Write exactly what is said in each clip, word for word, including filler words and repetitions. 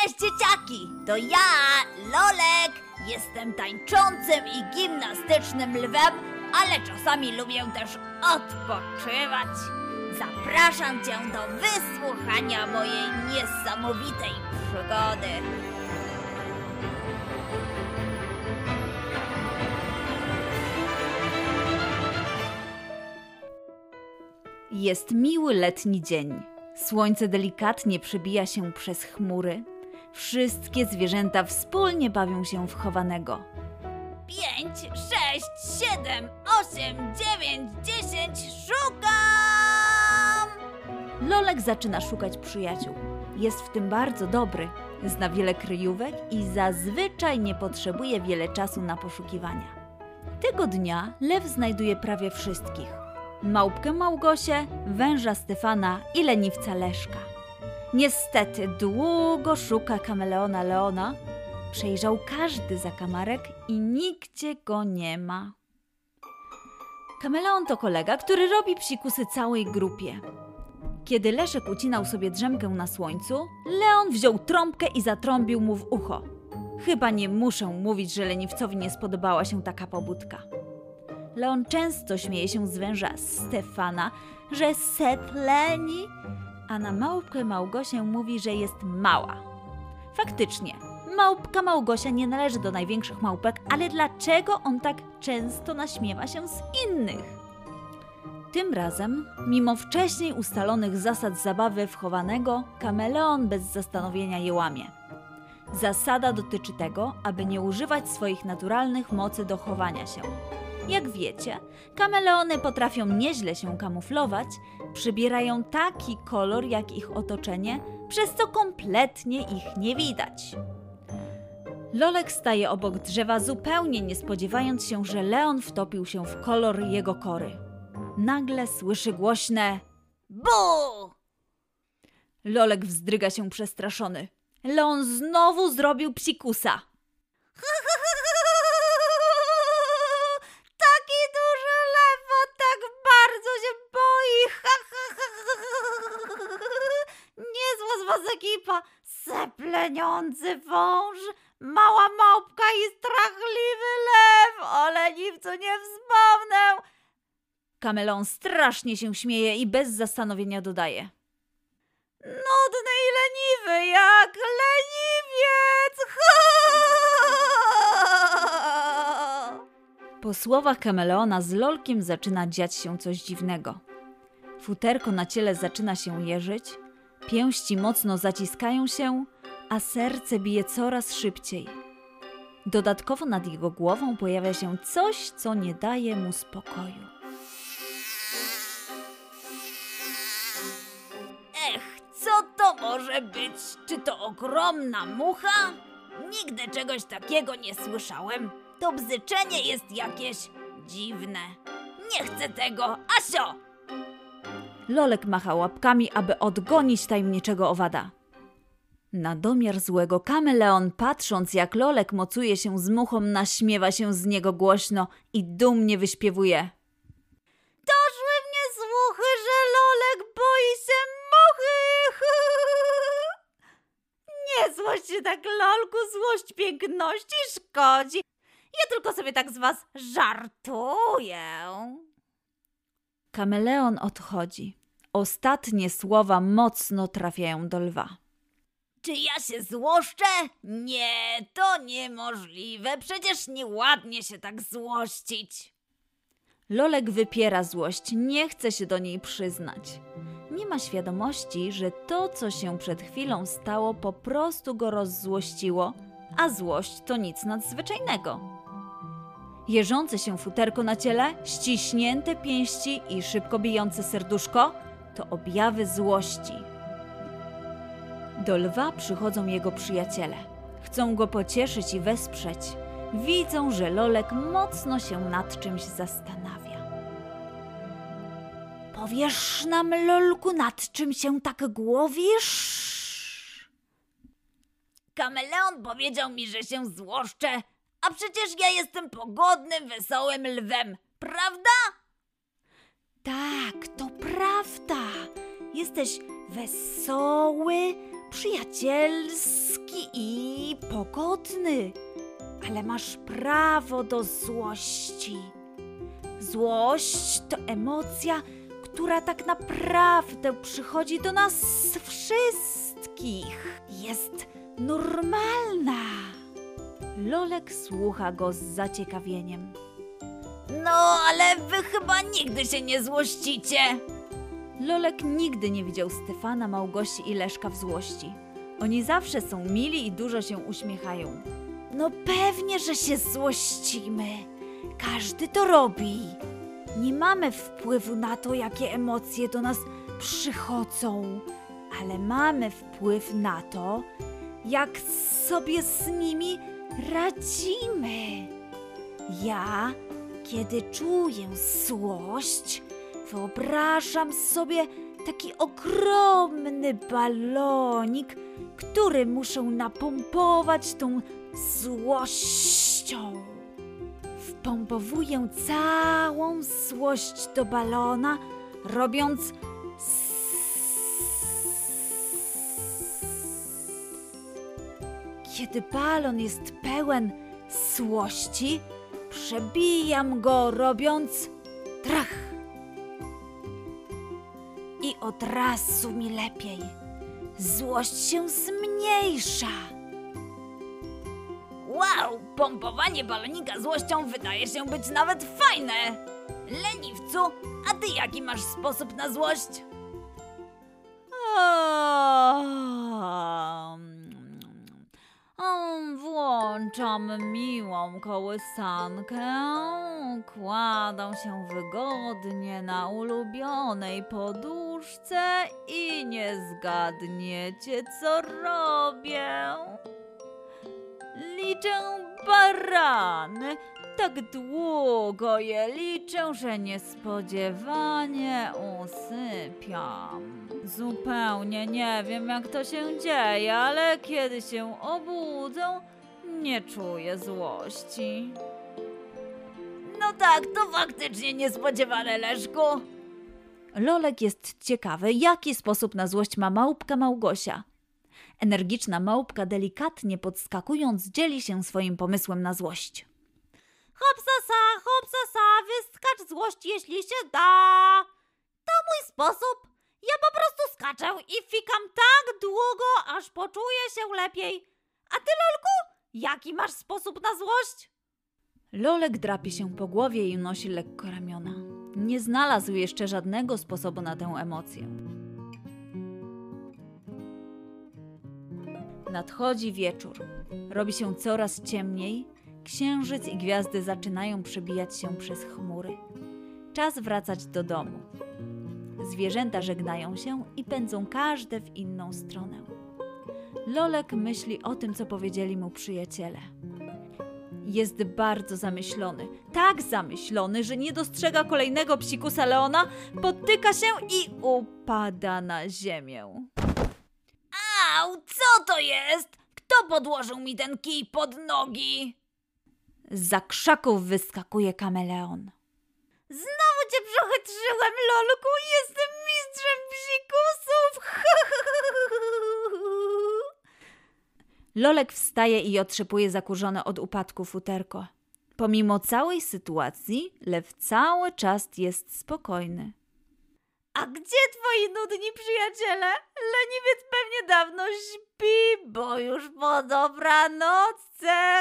Cześć dzieciaki, to ja, Lolek. Jestem tańczącym i gimnastycznym lwem, ale czasami lubię też odpoczywać. Zapraszam cię do wysłuchania mojej niesamowitej przygody. Jest miły letni dzień. Słońce delikatnie przebija się przez chmury. Wszystkie zwierzęta wspólnie bawią się w chowanego. Pięć, sześć, siedem, osiem, dziewięć, dziesięć, szukam! Lolek zaczyna szukać przyjaciół. Jest w tym bardzo dobry. Zna wiele kryjówek i zazwyczaj nie potrzebuje wiele czasu na poszukiwania. Tego dnia lew znajduje prawie wszystkich. Małpkę Małgosię, węża Stefana i leniwca Leszka. Niestety długo szuka kameleona Leona. Przejrzał każdy zakamarek i nigdzie go nie ma. Kameleon to kolega, który robi psikusy całej grupie. Kiedy Leszek ucinał sobie drzemkę na słońcu, Leon wziął trąbkę i zatrąbił mu w ucho. Chyba nie muszę mówić, że leniwcowi nie spodobała się taka pobudka. Leon często śmieje się z węża Stefana, że sepleni, a na małpkę Małgosię mówi, że jest mała. Faktycznie, małpka Małgosia nie należy do największych małpek, ale dlaczego on tak często naśmiewa się z innych? Tym razem, mimo wcześniej ustalonych zasad zabawy w chowanego, kameleon bez zastanowienia je łamie. Zasada dotyczy tego, aby nie używać swoich naturalnych mocy do chowania się. Jak wiecie, kameleony potrafią nieźle się kamuflować, przybierają taki kolor jak ich otoczenie, przez co kompletnie ich nie widać. Lolek staje obok drzewa, zupełnie nie spodziewając się, że Leon wtopił się w kolor jego kory. Nagle słyszy głośne Bu! Lolek wzdryga się przestraszony. Leon znowu zrobił psikusa. Taki duży lew, a tak bardzo się boi. Niezła z was ekipa. Sepleniący wąż, mała małpka i strachliwy lew. O leniwcu nie wspomnę. Kameleon strasznie się śmieje i bez zastanowienia dodaje: Nudny i leniwy jak leniwiec. Po słowach kameleona z Lolkiem zaczyna dziać się coś dziwnego. Futerko na ciele zaczyna się jeżyć, pięści mocno zaciskają się, a serce bije coraz szybciej. Dodatkowo nad jego głową pojawia się coś, co nie daje mu spokoju. Ech, co to może być? Czy to ogromna mucha? Nigdy czegoś takiego nie słyszałem. To bzyczenie jest jakieś dziwne. Nie chcę tego, Asio! Lolek macha łapkami, aby odgonić tajemniczego owada. Na domiar złego kameleon, patrząc jak Lolek mocuje się z muchą, naśmiewa się z niego głośno i dumnie wyśpiewuje: Doszły mnie słuchy, że Lolek boi się muchy. Nie złość się tak, Lolku, złość piękności szkodzi. Ja tylko sobie tak z was żartuję. Kameleon odchodzi. Ostatnie słowa mocno trafiają do lwa. Czy ja się złoszczę? Nie, to niemożliwe. Przecież nieładnie się tak złościć. Lolek wypiera złość, nie chce się do niej przyznać. Nie ma świadomości, że to, co się przed chwilą stało, po prostu go rozzłościło, a złość to nic nadzwyczajnego. Jeżące się futerko na ciele, ściśnięte pięści i szybko bijące serduszko to objawy złości. Do lwa przychodzą jego przyjaciele. Chcą go pocieszyć i wesprzeć. Widzą, że Lolek mocno się nad czymś zastanawia. Powiesz nam, Lolku, nad czym się tak głowisz? Kameleon powiedział mi, że się złoszczę, a przecież ja jestem pogodnym, wesołym lwem, prawda? Tak, to prawda. Jesteś wesoły, przyjacielski głupi i pogodny, ale masz prawo do złości. Złość to emocja, która tak naprawdę przychodzi do nas wszystkich. Jest normalna. Lolek słucha go z zaciekawieniem. No, ale wy chyba nigdy się nie złościcie. Lolek nigdy nie widział Stefana, Małgosi i Leszka w złości. Oni zawsze są mili i dużo się uśmiechają. No pewnie, że się złościmy. Każdy to robi. Nie mamy wpływu na to, jakie emocje do nas przychodzą, ale mamy wpływ na to, jak sobie z nimi radzimy. Ja, kiedy czuję złość, wyobrażam sobie taki ogromny balonik, który muszę napompować tą złością. Wpompowuję całą złość do balona, robiąc Kiedy balon jest pełen złości, przebijam go, robiąc trach. I od razu mi lepiej. Złość się zmniejsza. Wow, pompowanie balonika złością wydaje się być nawet fajne. Leniwcu, a ty jaki masz sposób na złość? Włączam miłą kołysankę, kładę się wygodnie na ulubionej poduszce i nie zgadniecie, co robię. Liczę barany, tak długo je liczę, że niespodziewanie usypiam. Zupełnie nie wiem, jak to się dzieje, ale kiedy się obudzę, nie czuję złości. No tak, to faktycznie niespodziewane, Leszku. Lolek jest ciekawy, jaki sposób na złość ma małpka Małgosia. Energiczna małpka delikatnie podskakując dzieli się swoim pomysłem na złość. Hopsasa, hopsasa, wyskacz złość, jeśli się da. To mój sposób. Ja po prostu skaczę i fikam tak długo, aż poczuję się lepiej. A ty, Lolku, jaki masz sposób na złość? Lolek drapie się po głowie i unosi lekko ramiona. Nie znalazł jeszcze żadnego sposobu na tę emocję. Nadchodzi wieczór. Robi się coraz ciemniej. Księżyc i gwiazdy zaczynają przebijać się przez chmury. Czas wracać do domu. Zwierzęta żegnają się i pędzą każde w inną stronę. Lolek myśli o tym, co powiedzieli mu przyjaciele. Jest bardzo zamyślony. Tak zamyślony, że nie dostrzega kolejnego psikusa Leona, potyka się i upada na ziemię. Au, co to jest? Kto podłożył mi ten kij pod nogi? Zza krzaków wyskakuje kameleon. Znowu cię przechytrzyłem, Lolku, jestem mistrzem psikusów. Lolek wstaje i otrzepuje zakurzone od upadku futerko. Pomimo całej sytuacji, lew cały czas jest spokojny. A gdzie twoi nudni przyjaciele? Leniwiec pewnie dawno śpi, bo już po dobranocce.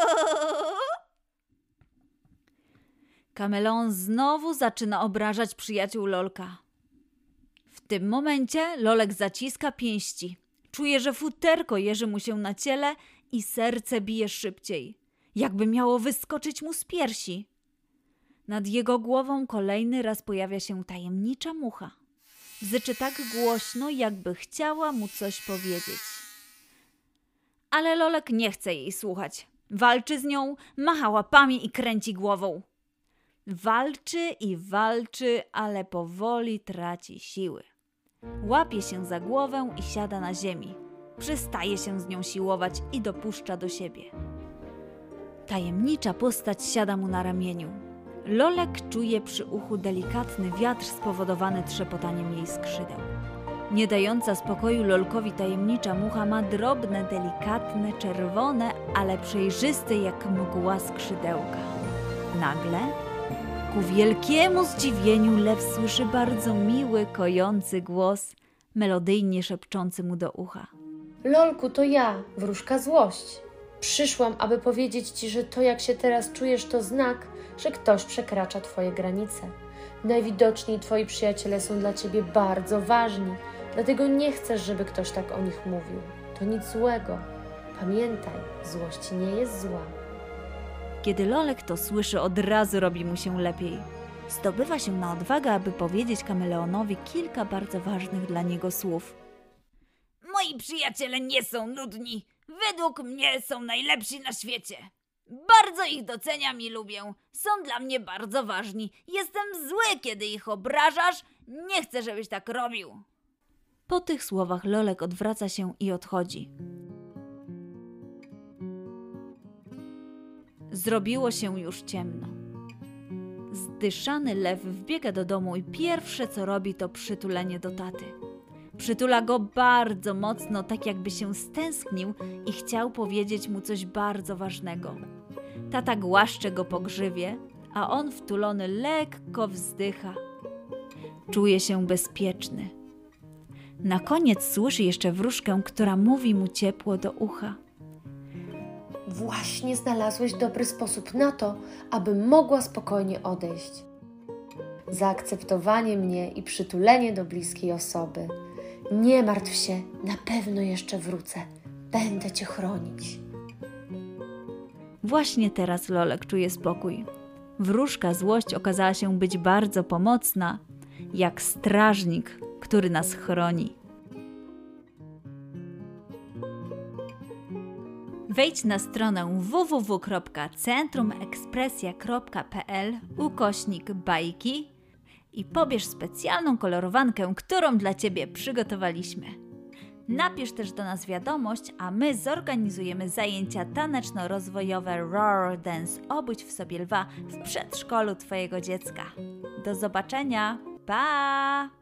Kameleon znowu zaczyna obrażać przyjaciół Lolka. W tym momencie Lolek zaciska pięści. Czuje, że futerko jeży mu się na ciele i serce bije szybciej, jakby miało wyskoczyć mu z piersi. Nad jego głową kolejny raz pojawia się tajemnicza mucha. Bzyczy tak głośno, jakby chciała mu coś powiedzieć. Ale Lolek nie chce jej słuchać. Walczy z nią, macha łapami i kręci głową. Walczy i walczy, ale powoli traci siły. Łapie się za głowę i siada na ziemi. Przestaje się z nią siłować i dopuszcza do siebie. Tajemnicza postać siada mu na ramieniu. Lolek czuje przy uchu delikatny wiatr spowodowany trzepotaniem jej skrzydeł. Nie dająca spokoju Lolkowi tajemnicza mucha ma drobne, delikatne, czerwone, ale przejrzyste jak mgła skrzydełka. Nagle, ku wielkiemu zdziwieniu, lew słyszy bardzo miły, kojący głos, melodyjnie szepczący mu do ucha. Lolku, to ja, wróżka Złość. Przyszłam, aby powiedzieć ci, że to, jak się teraz czujesz, to znak, że ktoś przekracza twoje granice. Najwidoczniej twoi przyjaciele są dla ciebie bardzo ważni, dlatego nie chcesz, żeby ktoś tak o nich mówił. To nic złego. Pamiętaj, złość nie jest zła. Kiedy Lolek to słyszy, od razu robi mu się lepiej. Zdobywa się na odwagę, aby powiedzieć kameleonowi kilka bardzo ważnych dla niego słów. Moi przyjaciele nie są nudni. Według mnie są najlepsi na świecie. Bardzo ich doceniam i lubię. Są dla mnie bardzo ważni. Jestem zły, kiedy ich obrażasz. Nie chcę, żebyś tak robił. Po tych słowach Lolek odwraca się i odchodzi. Zrobiło się już ciemno. Zdyszany lew wbiega do domu i pierwsze co robi, to przytulenie do taty. Przytula go bardzo mocno, tak jakby się stęsknił i chciał powiedzieć mu coś bardzo ważnego. Tata głaszcze go po grzywie, a on wtulony lekko wzdycha. Czuje się bezpieczny. Na koniec słyszy jeszcze wróżkę, która mówi mu ciepło do ucha. Właśnie znalazłeś dobry sposób na to, abym mogła spokojnie odejść. Zaakceptowanie mnie i przytulenie do bliskiej osoby. Nie martw się, na pewno jeszcze wrócę. Będę cię chronić. Właśnie teraz Lolek czuje spokój. Wróżka Złość okazała się być bardzo pomocna, jak strażnik, który nas chroni. Wejdź na stronę w w w kropka centrumekspresja kropka p l ukośnik bajki i pobierz specjalną kolorowankę, którą dla Ciebie przygotowaliśmy. Napisz też do nas wiadomość, a my zorganizujemy zajęcia taneczno-rozwojowe Roar Dance Obudź w sobie lwa w przedszkolu Twojego dziecka. Do zobaczenia! Pa!